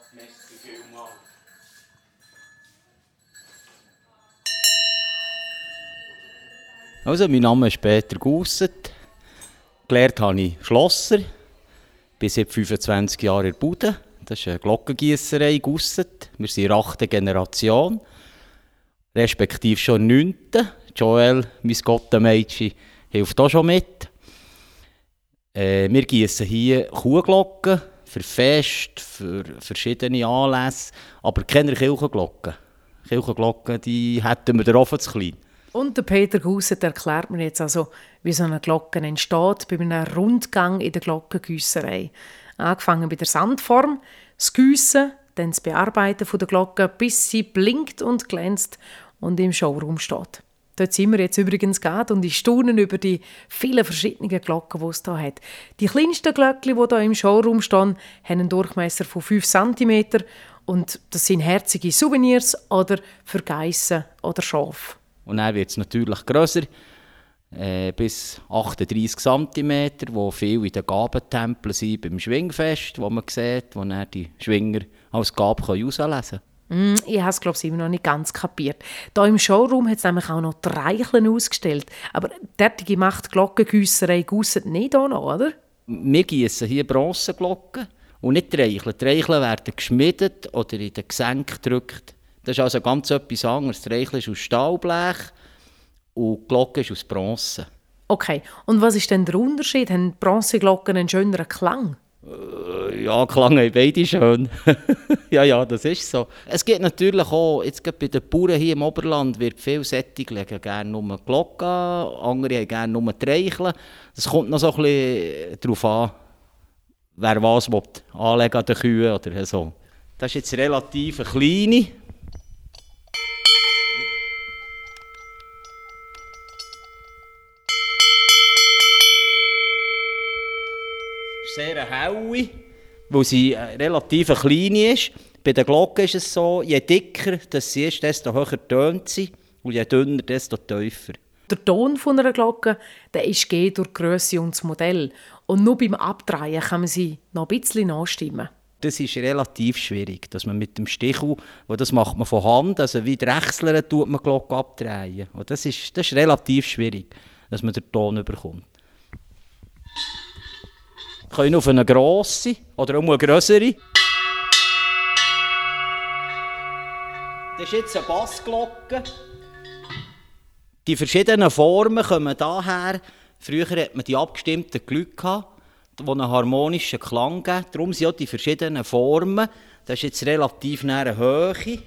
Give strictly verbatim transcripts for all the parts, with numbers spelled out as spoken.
Merci vielmals. Also, mein Name ist Peter Gusset. Gelernt habe ich Schlosser. Bin seit fünfundzwanzig Jahren in der Bude. Das ist eine Glockengiesserei Gusset. Wir sind in der achten Generation. Respektive schon neunte. Joel, mein Gottenmädchen, hilft auch schon mit. Äh, wir gießen hier Kuhglocken für Fest, für verschiedene Anlässe, aber keine Kirchenglocken. Kirchenglocken, die hätten wir den Ofen zu klein. Und der Peter Gusset erklärt mir jetzt also, wie so eine Glocke entsteht, bei einem Rundgang in der Glockengüsserei. Angefangen bei der Sandform, das Giessen, dann das Bearbeiten der Glocke, bis sie blinkt und glänzt und im Showroom steht. Dort sind wir jetzt übrigens gerade und ich staune über die vielen verschiedenen Glocken, die es hier hat. Die kleinsten Glöckchen, die hier im Showroom stehen, haben einen Durchmesser von fünf Zentimeter und das sind herzige Souvenirs oder für Geissen oder Schafe. Und dann wird es natürlich grösser, äh, bis achtunddreissig Zentimeter, wo viele in den Gabentempeln sind beim Schwingfest, wo man sieht, wo dann die Schwinger als Gabe herauslesen können. Mm, ich habe es, glaube ich, immer noch nicht ganz kapiert. Hier im Showroom hat es nämlich auch noch die Reicheln ausgestellt. Aber derartige macht die Glockengüsserei Gusset nicht auch noch, oder? Wir gießen hier Bronzeglocken und nicht die Reicheln. Die Reicheln werden geschmiedet oder in den Gesenk gedrückt. Das ist also ganz etwas anderes. Die Reicheln ist aus Stahlblech und die Glocke ist aus Bronze. Okay, und was ist denn der Unterschied? Haben Bronzeglocken einen schöneren Klang? Äh, ja, Klang haben beide schön. ja, ja, das ist so. Es gibt natürlich auch, jetzt gerade bei den Bauern hier im Oberland, wird viel Sättig legen gerne nur die Glocke an, andere haben gerne nur die Reicheln. Es kommt noch so ein bisschen darauf an, wer was will, anlegen an den Kühen oder so. Das ist jetzt relativ eine kleine. Sehr helle, weil sie relativ klein ist. Bei den Glocken ist es so, je dicker das sie ist, desto höher tönt sie und je dünner, desto tiefer. Der Ton einer Glocke der ist geht durch die Grösse und das Modell. Und nur beim Abdrehen kann man sie noch ein bisschen nachstimmen. Das ist relativ schwierig, dass man mit dem Stichel, wo das macht man von Hand, also wie die Drechsler tut man die Glocke abdrehen. Und das ist, das ist relativ schwierig, dass man den Ton bekommt. Wir können auf eine grosse oder auch eine grössere. Das ist jetzt eine Bassglocke. Die verschiedenen Formen kommen daher. Früher hatte man die abgestimmten Glocke, die einen harmonischen Klang geben. Darum sind auch die verschiedenen Formen. Das ist jetzt relativ nahe Höhe.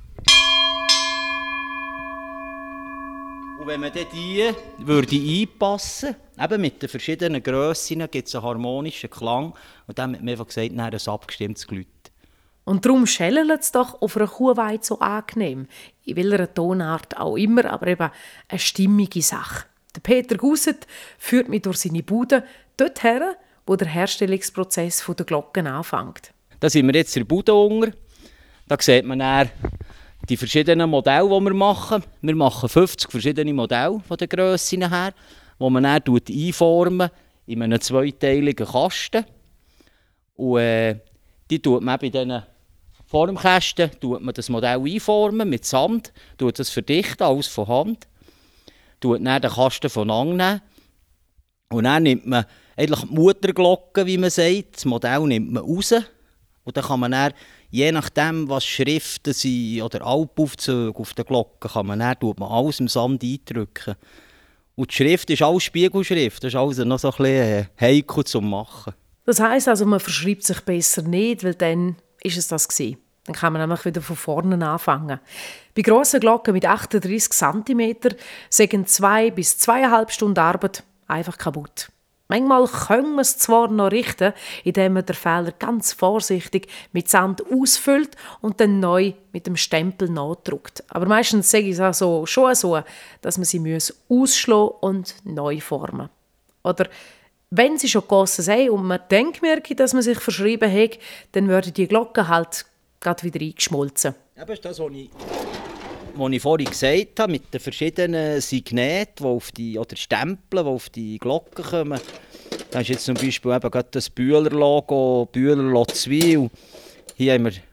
Und wenn man die würde einpassen würde, eben mit den verschiedenen Grössen, gibt es einen harmonischen Klang. Und dann hat man einfach gesagt, nein, ein abgestimmtes Glüt. Und darum schellert es doch auf einer Kuhweide so angenehm. In welcher Tonart auch immer, aber eben eine stimmige Sache. Der Peter Gusset führt mich durch seine Bude dorthin, wo der Herstellungsprozess der Glocken anfängt. Da sind wir jetzt in der Bude unter. Da sieht man dann die verschiedenen Modelle, die wir machen. Wir machen fünfzig verschiedene Modelle von den Grössen her, die man dann einformen in einem zweiteiligen Kasten. Und äh, die tut man bei diesen Formkästen tut man das Modell einformen mit Sand, tut das verdichten, alles von Hand, tut dann den Kasten voneinander nehmen. Und dann nimmt man eigentlich die Mutterglocke, wie man sagt, das Modell nimmt man raus. Und dann kann man dann, je nachdem, was Schriften sind oder Alpaufzüge auf der Glocke, kann man dann, tut man alles im Sand eindrücken. Und die Schrift ist alles Spiegelschrift, das ist alles noch so ein bisschen heikel zu machen. Das heisst also, man verschreibt sich besser nicht, weil dann ist es das gewesen. Dann kann man nämlich wieder von vorne anfangen. Bei grossen Glocken mit achtunddreissig Zentimeter sind zwei bis zweieinhalb Stunden Arbeit einfach kaputt. Manchmal können wir es zwar noch richten, indem man den Fehler ganz vorsichtig mit Sand ausfüllt und dann neu mit dem Stempel nachdruckt. Aber meistens sage ich es also schon so, dass man sie ausschlagen und neu formen. Oder wenn sie schon gegossen sind und man denkt, dass man sich verschrieben hat, dann würde die Glocke halt gerade wieder eingeschmolzen. Das ist das, was ich, was ich vorhin gesagt habe, mit den verschiedenen Signeten die auf die, oder Stempeln, die auf die Glocke kommen. Da ist jetzt zum Beispiel eben gerade das Bühler-Logo, Bühler Lotzwil. Hier haben wir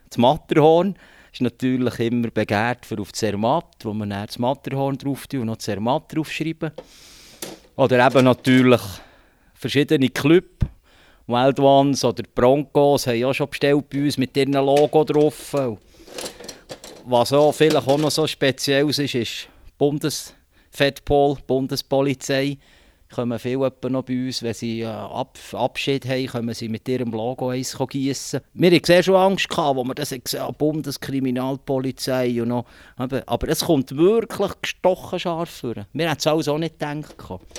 Das Matterhorn ist natürlich immer begehrt für auf die Zermatt, wo man dann das Matterhorn drauf tut und noch Zermatt draufschreiben. Oder eben natürlich verschiedene Clubs. Wild Ones oder Broncos haben ja schon bestellt bei uns mit ihrem Logo drauf. Was auch vielleicht auch noch so speziell ist, ist Bundesfedpol, Bundespolizei. Kommen viele noch bei uns, wenn sie äh, Ab Abschied haben, können sie mit ihrem Logo eins gießen. Wir hatten sehr schon Angst, gehabt, als wir das gesehen haben, Bundeskriminalpolizei und noch. Aber, aber es kommt wirklich gestochen scharf vor. Wir hätten es alles auch nicht gedacht.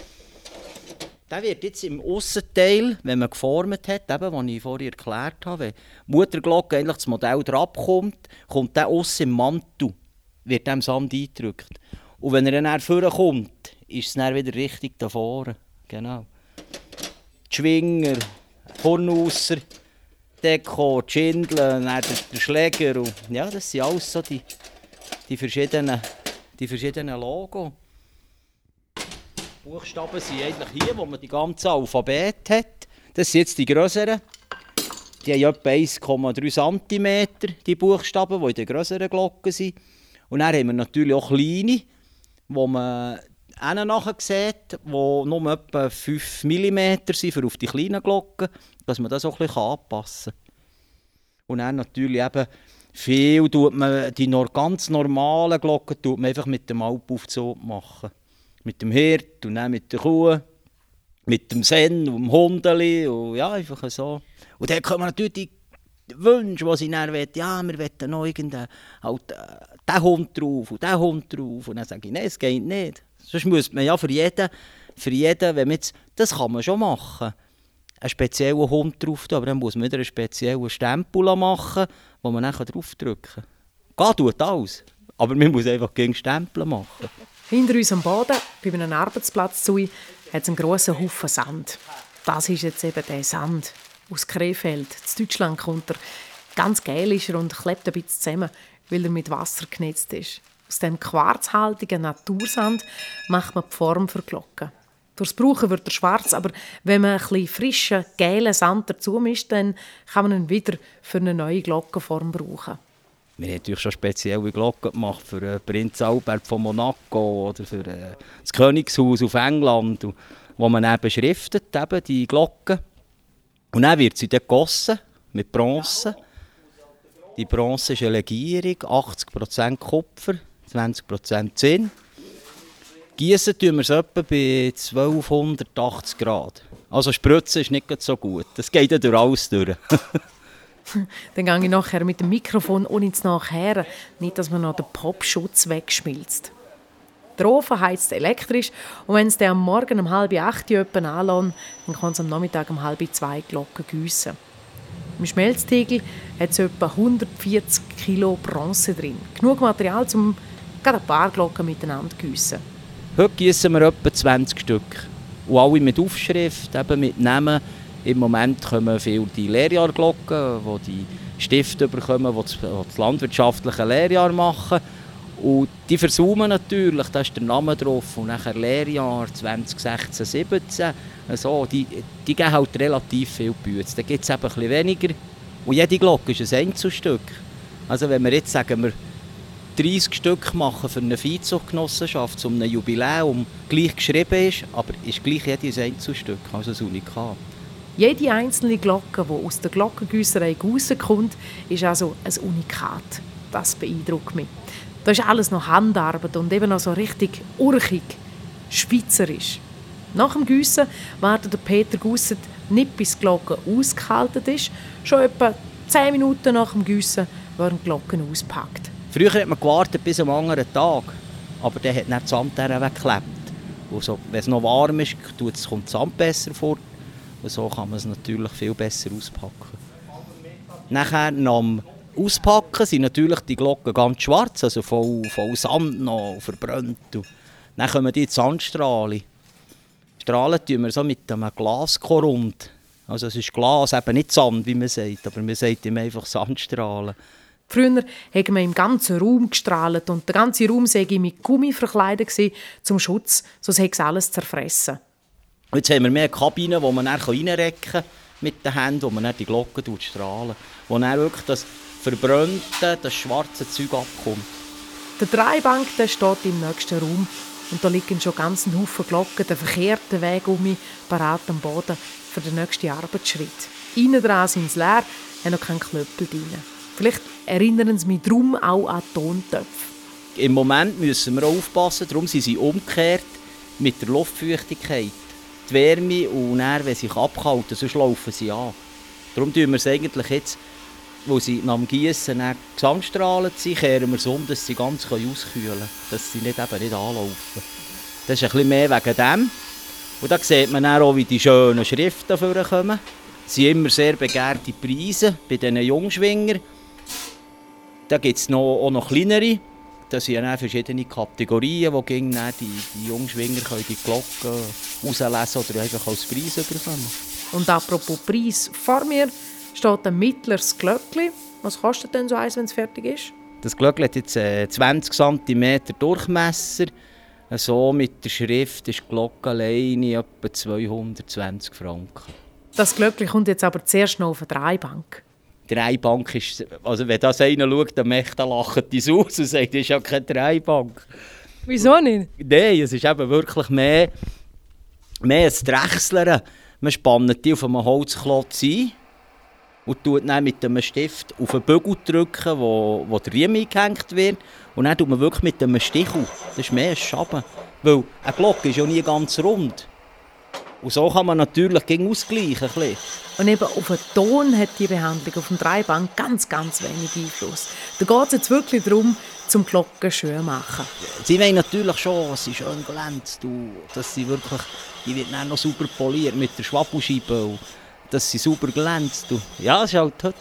Der wird jetzt im Aussenteil, wenn man geformt hat, eben, was ich vorhin erklärt habe, wenn die Mutterglocke eigentlich das Modell drauf kommt, kommt der aussen im Mantel, wird dem Sand eingedrückt. Und wenn er dann vorkommt, ist es dann wieder richtig da vorne. Genau. Die Schwinger, Hornusser, Deko, die Schindeln, dann der, der Schläger. Und ja, das sind alles so die, die, verschiedenen, die verschiedenen Logos. Die Buchstaben sind eigentlich hier, wo man die ganze Alphabet hat. Das sind jetzt die grösseren. Die haben etwa eins Komma drei Zentimeter, die Buchstaben, die in den grösseren Glocken sind. Und dann haben wir natürlich auch kleine, wo man hinten nachher sieht, die nur etwa fünf Millimeter sind für auf die kleinen Glocken, dass man das auch ein bisschen anpassen kann. Und dann natürlich eben viel tut man, die noch ganz normalen Glocken tut man einfach mit dem Alpaufzug machen. Mit dem Hirt und dann mit der Kuh, mit dem Sen und dem Hundeli und ja, einfach so. Und dann kommen natürlich die Wünsche, die sie dann wollen. Ja, wir wollen noch irgendeinen, halt, äh, den Hund drauf und den Hund drauf. Und dann sage ich, nein, es geht nicht. Sonst müsste man ja für jeden, für jeden, wenn man jetzt, das kann man schon machen, einen speziellen Hund drauf tun, aber dann muss man wieder einen speziellen Stempel machen, den man dann draufdrücken kann. Geht tut alles, aber man muss einfach gegen Stempel machen. Hinter uns am Boden, bei einem Arbeitsplatz zu, hat es einen grossen Haufen Sand. Das ist jetzt eben der Sand aus Krefeld. In Deutschland kommt er. Ganz geil ist er und klebt ein bisschen zusammen, weil er mit Wasser genetzt ist. Aus diesem quarzhaltigen Natursand macht man die Form für Glocken. Durchs Brauchen wird er schwarz, aber wenn man ein bisschen frischen, gelben Sand dazu mischt, dann kann man ihn wieder für eine neue Glockenform brauchen. Wir haben natürlich schon spezielle Glocken gemacht für äh, Prinz Albert von Monaco oder für äh, das Königshaus auf England, wo man dann beschriftet, eben die Glocken. Und dann wird sie dann gegossen mit Bronze. Die Bronze ist eine Legierung, achtzig Prozent Kupfer, zwanzig Prozent Zinn. Gießen tun wir es etwa bei zwölfhundertachtzig Grad. Also Spritzen ist nicht so gut, das geht ja durch alles durch. Dann gehe ich nachher mit dem Mikrofon ohne ins Nachher, nicht, dass man noch den Popschutz wegschmilzt. Der Ofen heizt elektrisch und wenn es dann am Morgen um halb acht Uhr anlässt, dann kann es am Nachmittag um halb zwei Glocken gießen. Im Schmelztiegel hat es etwa hundertvierzig Kilo Bronze drin. Genug Material, um gerade ein paar Glocken miteinander zu gießen. Heute gießen wir etwa zwanzig Stück. Und alle mit Aufschrift, eben mit Namen. Im Moment kommen viele die Lehrjahrglocken, die die Stifte bekommen, die das, die das landwirtschaftliche Lehrjahr machen. Und die versummen natürlich, da ist der Name drauf. Und nachher Lehrjahr zwanzig sechzehn siebzehn. Also, die, die geben halt relativ viel Bütze. Da gibt es eben ein bisschen weniger. Und jede Glocke ist ein Einzelstück. Also wenn wir jetzt sagen wir dreißig Stück machen für eine Viehzuchtgenossenschaft, um ein Jubiläum gleich geschrieben ist, aber ist gleich jedes Einzelstück, also ein Unikat. Jede einzelne Glocke, die aus der Glockengüsserei rauskommt, ist also ein Unikat. Das beeindruckt mich. Da ist alles noch Handarbeit und eben noch so richtig urchig, schweizerisch. Nach dem Giessen wartet Peter Gusset nicht, bis die Glocke ausgehalten ist. Schon etwa zehn Minuten nach dem Giessen werden die Glocken auspackt. Früher hat man gewartet bis am anderen Tag, aber dann hat dann das Sand weggeklebt. So, wenn es noch warm ist, kommt das Sand besser fort. Und so kann man es natürlich viel besser auspacken. Nachher, nach dem Auspacken sind natürlich die Glocken ganz schwarz, also voll, voll Sand noch, verbrannt. Und dann kommen die Sandstrahlen. Strahlen tun wir so mit einem Glaskorund. Also es ist Glas, eben nicht Sand, wie man sagt, aber man sagt immer einfach Sandstrahlen. Früher haben wir im ganzen Raum gestrahlt und der ganze Raum sei mit Gummi verkleidet zum Schutz, sonst hätte es alles zerfressen. Jetzt haben wir mehr Kabinen, wo man dann reinrecken kann. mit den Händen, wo man dann die Glocke strahlen, wo dann wirklich das verbrannte, das schwarze Zeug abkommt. Der Dreibank der steht im nächsten Raum und da liegen schon ganz ein Haufen Glocken, der verkehrte Weg um mich, parat am Boden für den nächsten Arbeitsschritt. Innen dran sind sie leer, haben noch keinen Klöppel drin. Vielleicht erinnern sie mich darum auch an Tontöpfe. Im Moment müssen wir auch aufpassen, darum sind sie umgekehrt mit der Luftfeuchtigkeit. Die Wärme und dann, wenn sie sich abkalten, sonst laufen sie an. Darum tun wir es eigentlich jetzt, wo sie nach dem Gießen gesamtstrahlend sind, kehren wir es um, dass sie ganz auskühlen können, dass sie nicht, eben nicht anlaufen. Das ist ein bisschen mehr wegen dem. Und da sieht man dann auch, wie die schönen Schriften vorkommen. Es sind immer sehr begehrte Preise bei diesen Jungschwingern. Da gibt es noch, auch noch kleinere. Das sind dann verschiedene Kategorien, wo die, die Jungschwinger können die Glocken rauslesen oder einfach als Preis bekommen. Und apropos Preis, vor mir steht ein mittleres Glöckchen. Was kostet denn so eins, wenn es fertig ist? Das Glöckchen hat jetzt äh, zwanzig Zentimeter Durchmesser. So mit der Schrift ist die Glocke alleine etwa zweihundertzwanzig Franken. Das Glöckchen kommt jetzt aber zuerst noch auf eine Dreibank. Die Dreibank ist, also wenn das einer schaut, dann möchte er lachen die aus und sagt, das ist ja keine Dreibank. Wieso nicht? Nein, es ist eben wirklich mehr, mehr ein Drechseln. Man spannt die auf einem Holzklotz ein und tut dann mit einem Stift auf einen Bügel drücken, wo, wo der Riemen eingehängt wird. Und dann tut man wirklich mit einem Stichel. Das ist mehr ein Schaben. Weil eine Glocke ist ja nie ganz rund. Und so kann man natürlich gegen ausgleichen. Und eben auf den Ton hat die Behandlung auf dem Dreibank ganz, ganz wenig Einfluss. Da geht es jetzt wirklich darum, zum Glocken schön machen. Sie wollen natürlich schon, dass sie schön glänzt. Dass sie wirklich, die wird dann noch sauber poliert mit der Schwabbelscheibe. Dass sie sauber glänzt. Ja, es ist halt heute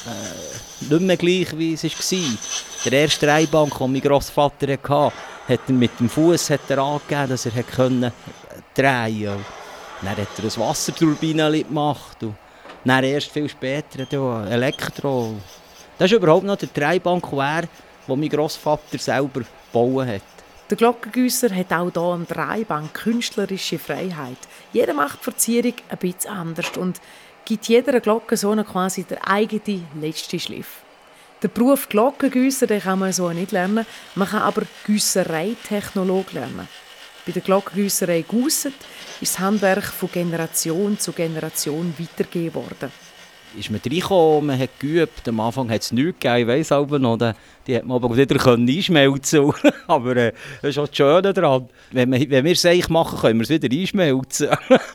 äh, nicht mehr gleich, wie es war. Der erste Dreibank, den mein Grossvater hatte, hat er mit dem Fuß angegeben, dass er drehen konnte. Dann hat er ein Wasserturbine gemacht. Und dann erst viel später Elektro. Das ist überhaupt noch der Dreibank, den mein Grossvater selber gebaut hat. Der Glockengüsser hat auch hier am Dreibank künstlerische Freiheit. Jeder macht die Verzierung ein bisschen anders und gibt jeder Glocke so quasi der eigene letzte Schliff. Der Beruf Glockengüsser den kann man so nicht lernen, man kann aber Güsserei-Technolog lernen. Bei der Glockengüsserei Gusset ist das Handwerk von Generation zu Generation weitergegeben worden. Ist man reingekommen, man hat geübt, am Anfang hat es nichts gegeben, ich weiss aber noch, die hat man aber wieder einschmelzen können. Aber äh, das ist auch das Schöne daran. Wenn, man, wenn wir es eigentlich machen, können wir es wieder einschmelzen.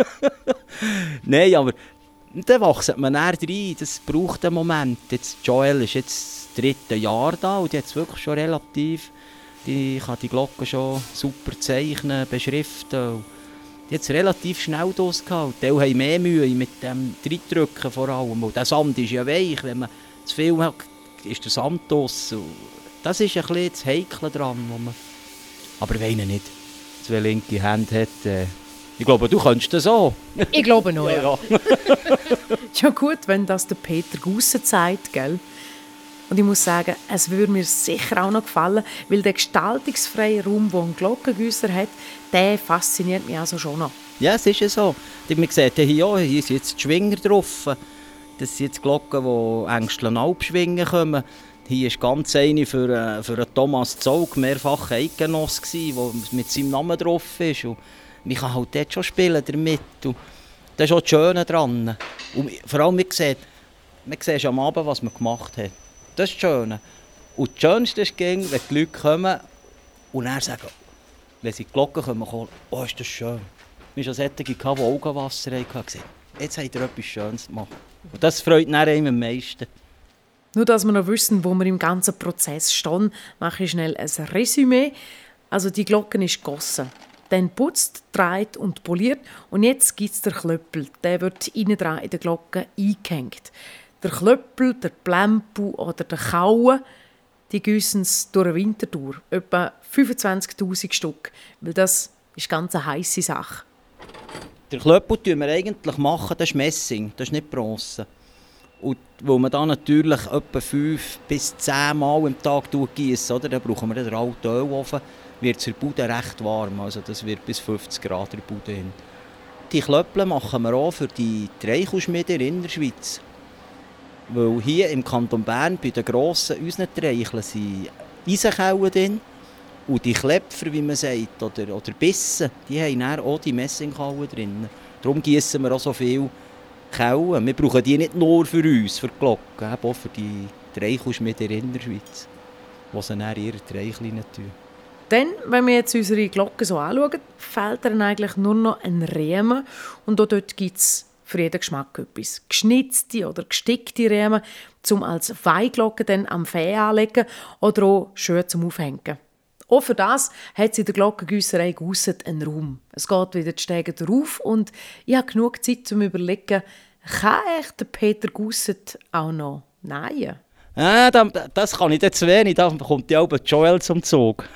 Nein, aber dann wächst man näher rein, das braucht einen Moment. Jetzt, Joel ist jetzt das dritte Jahr da und die hat es wirklich schon relativ, die kann die Glocke schon super zeichnen, beschriften. Die hat es relativ schnell durchgehalten. Die haben mehr Mühe mit dem Reindrücken vor allem. Und der Sand ist ja weich. Wenn man zu viel hat, ist der Sand draussen. Das ist ein bisschen das Heikle dran. Wo man aber wenn er nicht zwei linke Hände hat, äh ich glaube, du könntest das auch. Ich glaube noch, ja. ja. Ja gut, wenn das der Peter Gusset sagt, gell? Und ich muss sagen, es würde mir sicher auch noch gefallen, weil der gestaltungsfreie Raum, den ein Glockengüsser hat, der fasziniert mich also schon noch. Ja, es ist ja so. Man sieht hier, hier sind jetzt die Schwinger drauf. Das sind jetzt Glocken, die Ängstlenalp schwingen kommen. Hier ist ganz eine für, für Thomas Zaug, mehrfach Eidgenoss, der mit seinem Namen drauf ist. Und man kann halt dort schon spielen damit. Und das ist auch das Schöne daran. Und vor allem, man sieht, man sieht am Abend, was man gemacht hat. Das ist das Schöne. Und das Schönste ist, wenn die Leute kommen und dann sagen, wenn sie die Glocken kommen, oh, ist das schön. Wir hatten schon solche, die Augenwasser hatten. Jetzt habt ihr etwas Schönes gemacht. Und das freut einem am meisten. Nur, dass wir noch wissen, wo wir im ganzen Prozess stehen, mache ich schnell ein Resümee. Also die Glocke ist gegossen. Dann putzt, dreht und poliert. Und jetzt gibt es den Klöppel. Der wird innen dran in der Glocke eingehängt. Der Klöppel, der Plempel oder der Kauen, die gießen es durch den Winter durch. Etwa fünfundzwanzigtausend Stück. Weil das ist ganz eine heisse Sache. Der Klöppel machen wir eigentlich machen, das ist Messing, das ist nicht Bronze. Und weil man dann natürlich etwa fünf bis zehn Mal am Tag gießt, oder, dann brauchen wir den alten Ölofen, wird es in der Bude recht warm. Also das wird bis fünfzig Grad in der Bude hin. alte Klöppel machen wir auch für die Treichelschmiede in der Schweiz. Weil hier im Kanton Bern bei den grossen unseren Treicheln sind Eisenkauen drin. Und die Klepfer, wie man sagt, oder, oder Bissen, die haben dann auch die Messingkauen drin. Darum gießen wir auch so viel Kauen. Wir brauchen die nicht nur für uns, für die Glocken, auch für die Treichelschmiede in der Schweiz, die sie dann ihre Treicheln tun. Dann, wenn wir jetzt unsere Glocken so anschauen, fehlt dann eigentlich nur noch ein Riemen. Und auch dort gibt es für jeden Geschmack etwas. Geschnitzte oder gestickte Riemen, um als Weihglocke dann am Fee anzulegen oder auch schön zum Aufhängen. Auch für das hat es in der Glockengüsserei Gusset einen Raum. Es geht wieder die Stege rauf und ich habe genug Zeit zum Überlegen, kann echt der Peter Gusset auch noch nähen? Ah, das kann ich jetzt wenig, da kommt ja auch Joel zum Zug.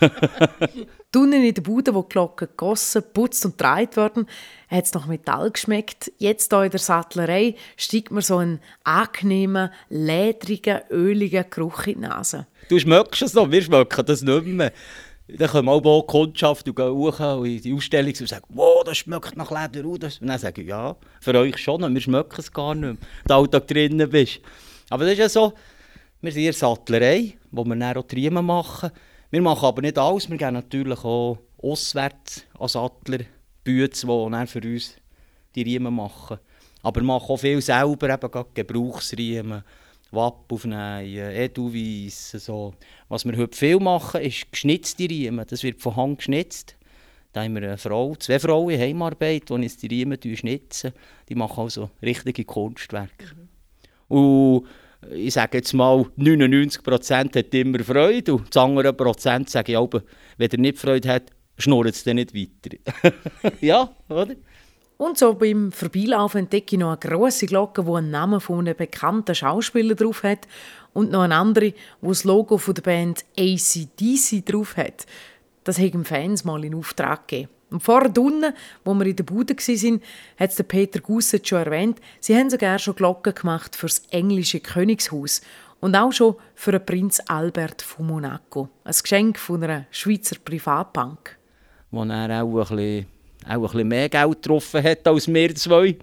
Drinnen in der Bude, wo die Glocken gegossen, geputzt und gedreht werden, hat es nach Metall geschmeckt. Jetzt hier in der Sattlerei steigt mir so einen angenehmen, ledrigen, öligen Geruch in die Nase. Du schmeckst es noch, wir schmecken das nicht mehr. Dann kommen auch die Kundschaft und gehen hoch in die Ausstellung und sagen, wow, das schmeckt nach Leder. Und dann sage ich, ja, für euch schon, wir schmecken es gar nicht mehr, wenn du Alltag drinnen bist. Aber das ist ja so, wir sind in der Sattlerei, wo wir dann auch die Riemen machen. Wir machen aber nicht alles, wir gehen natürlich auch auswärts an Sattler, Bütze, die dann für uns die Riemen machen. Aber wir machen auch viel selber, eben gerade Gebrauchsriemen, Wapp aufnehmen, Edelweiss. So. Was wir heute viel machen, ist geschnitzte Riemen. Das wird von Hand geschnitzt. Da haben wir eine Frau, zwei Frauen in Heimarbeit, die uns die Riemen schnitzen. Die machen also richtige Kunstwerke. Mhm. Und ich sage jetzt mal, neunundneunzig Prozent hat immer Freude und das andere Prozent sage ich auch, wenn er nicht Freude hat, schnurrt es dann nicht weiter. Ja, oder? Und so beim Vorbeilaufen entdecke ich noch eine grosse Glocke, die einen Namen von einem bekannten Schauspieler drauf hat und noch eine andere, die das Logo von der Band A C D C drauf hat. Das haben Fans mal in Auftrag gegeben. Und vorher unten, wo wir in der Bude waren, hat es Peter Gusset schon erwähnt, sie haben sogar schon Glocken gemacht für das englische Königshaus und auch schon für den Prinz Albert von Monaco. Ein Geschenk von einer Schweizer Privatbank. Wo er auch ein bisschen, auch ein bisschen mehr Geld getroffen hat als wir zwei.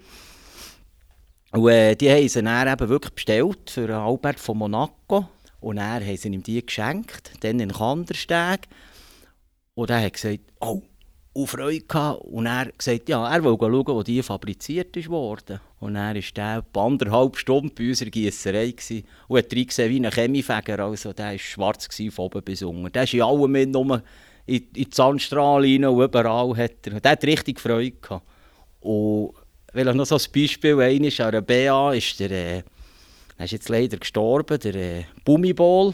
Und äh, die haben sie dann eben wirklich bestellt für Albert von Monaco. Und dann haben sie ihm die geschenkt, dann in Kandersteg. Und er hat gesagt, oh, und Freude gehabt. Und er hat gesagt, ja, er will schauen, wo die fabriziert wurde. Und dann war der anderthalb Stunden bei unserer Giesserei und hat reingesehen wie ein Chemiefäger. Also, der war schwarz von oben bis unten. Der ist in allem mit, nur in, in die Sandstrahl rein und überall hat er. Der hat richtig Freude gehabt. Und weil noch so ein Beispiel ein ist, an der B A ist der, äh, er ist jetzt leider gestorben, der äh, Bhumibol,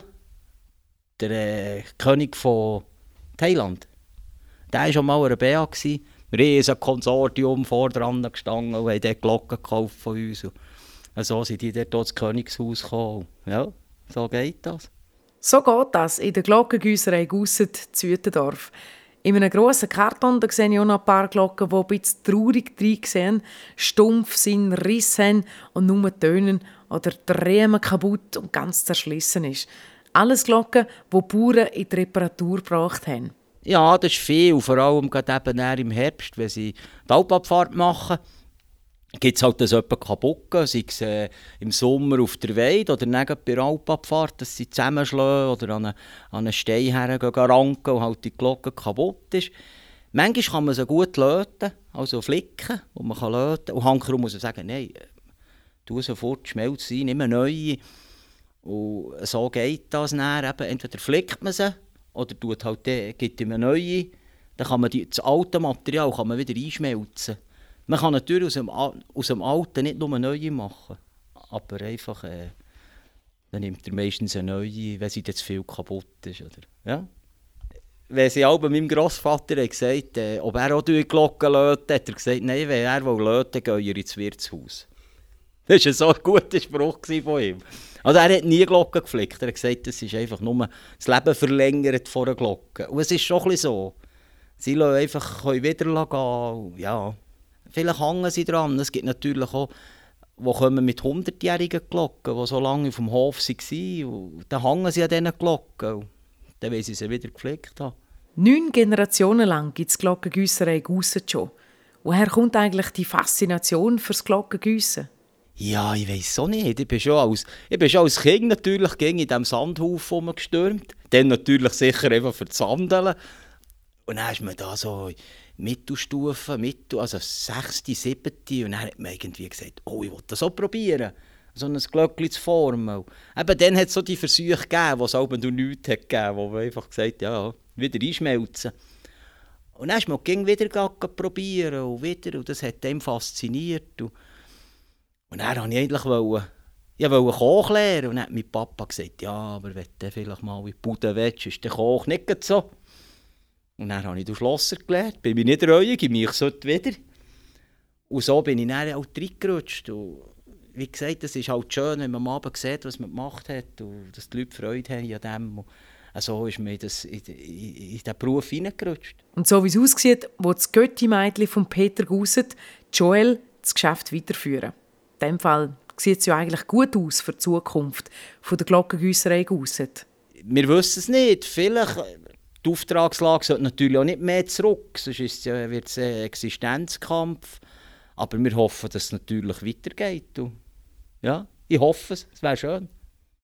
der äh, König von Thailand. Der war schon mal an der B A. Ein riesiges Konsortium vor dran gestanden und haben dort Glocken gekauft von uns. Und so sind die dort ins Königshaus gekommen. Ja, so geht das. So geht das in der Glockengüsserei Gusset zu Uetendorf. In einem grossen Karton da sehe ich auch noch ein paar Glocken, die ein bisschen traurig drin sehen, stumpf sind, Risse haben und nur tönen oder der Riemen kaputt und ganz zerschlissen ist. Alles Glocken, die die Bauern in die Reparatur gebracht haben. Ja, das ist viel, vor allem gerade eben im Herbst, wenn sie die Alpabfahrt machen. Gibt es halt das etwa kaputt, sei es äh, im Sommer auf der Weide oder dann bei der Alpabfahrt, dass sie zusammenschlagen oder an einen, an einen Stein ranken und halt die Glocke kaputt ist. Manchmal kann man sie gut löten, also flicken, wo man kann löten. Und hankerum muss man sagen, nein, tu sofort, schmelz sie, nimm eine neue. Und so geht das dann eben. Entweder flickt man sie oder tut halt, gibt ihm eine neue. Dann kann man die, das alte Material kann man wieder einschmelzen. Man kann natürlich aus dem, aus dem Alten nicht nur eine neue machen, aber einfach, äh, dann nimmt er meistens eine neue, wenn sie jetzt viel kaputt ist. Oder? Ja? Wenn sie auch bei meinem Grossvater gesagt äh, ob er auch die Glocken lötet, hat er gesagt, nein, wenn er löten will, gehe ich ins Wirtshaus. Das war so ein guter Spruch von ihm. Also er hat nie Glocken geflickt, er hat gesagt, das ist einfach nur das Leben verlängert vor der Glocke. Und es ist schon ein bisschen so. Sie lassen einfach wieder gehen, ja. Vielleicht hängen sie dran. Es gibt natürlich auch, die kommen mit hundertjährigen Glocken, die so lange auf dem Hof waren. Und dann hängen sie an diesen Glocken. Dann wollen sie sie wieder gepflegt haben. Neun Generationen lang gibt es die Glockengüsserei Gusset schon. Woher kommt eigentlich die Faszination fürs Glockengiessen? Ja, ich weiss auch nicht. Ich bin schon als, ich bin schon als Kind natürlich gegen in diesem Sandhaufen rumgestürmt. Dann natürlich sicher einfach für das Sandeln. Und dann ist man da so Mittelstufe, Mittel, also sechste, siebte. Und dann hat man irgendwie gesagt, oh, ich will das auch probieren, so ein Glöckchen zu formen. Und eben dann hat es so die Versuche gegeben, wo es auch nur nichts hat gegeben, wo man einfach gesagt hat, ja, wieder einschmelzen. Und dann ist man ging wieder probieren und wieder. Und das hat dem fasziniert. Und, und dann wollte ich eigentlich wollen, ich wollte Koch lernen. Und dann hat mein Papa gesagt, ja, aber wenn du vielleicht mal in die Bude willst, ist der Koch nicht so. Und dann habe ich den Schlosser gelernt, bin mir nicht reuig, ich mich sollte wieder. Und so bin ich dann auch reingerutscht. Und wie gesagt, es ist halt schön, wenn man am Abend sieht, was man gemacht hat und dass die Leute Freude haben an dem. Und so ist man in, das, in, in, in diesen Beruf hineingerutscht. Und so wie es aussieht, wo das Götti-Mädchen von Peter Gusset, Joel, das Geschäft weiterführen. In diesem Fall sieht es ja eigentlich gut aus für die Zukunft von der Glockengiesserei Gusset. Wir wissen es nicht. Vielleicht, die Auftragslage sollte natürlich auch nicht mehr zurück, sonst ist es, wird es ein Existenzkampf. Aber wir hoffen, dass es natürlich weitergeht. Und ja, ich hoffe es, es wäre schön.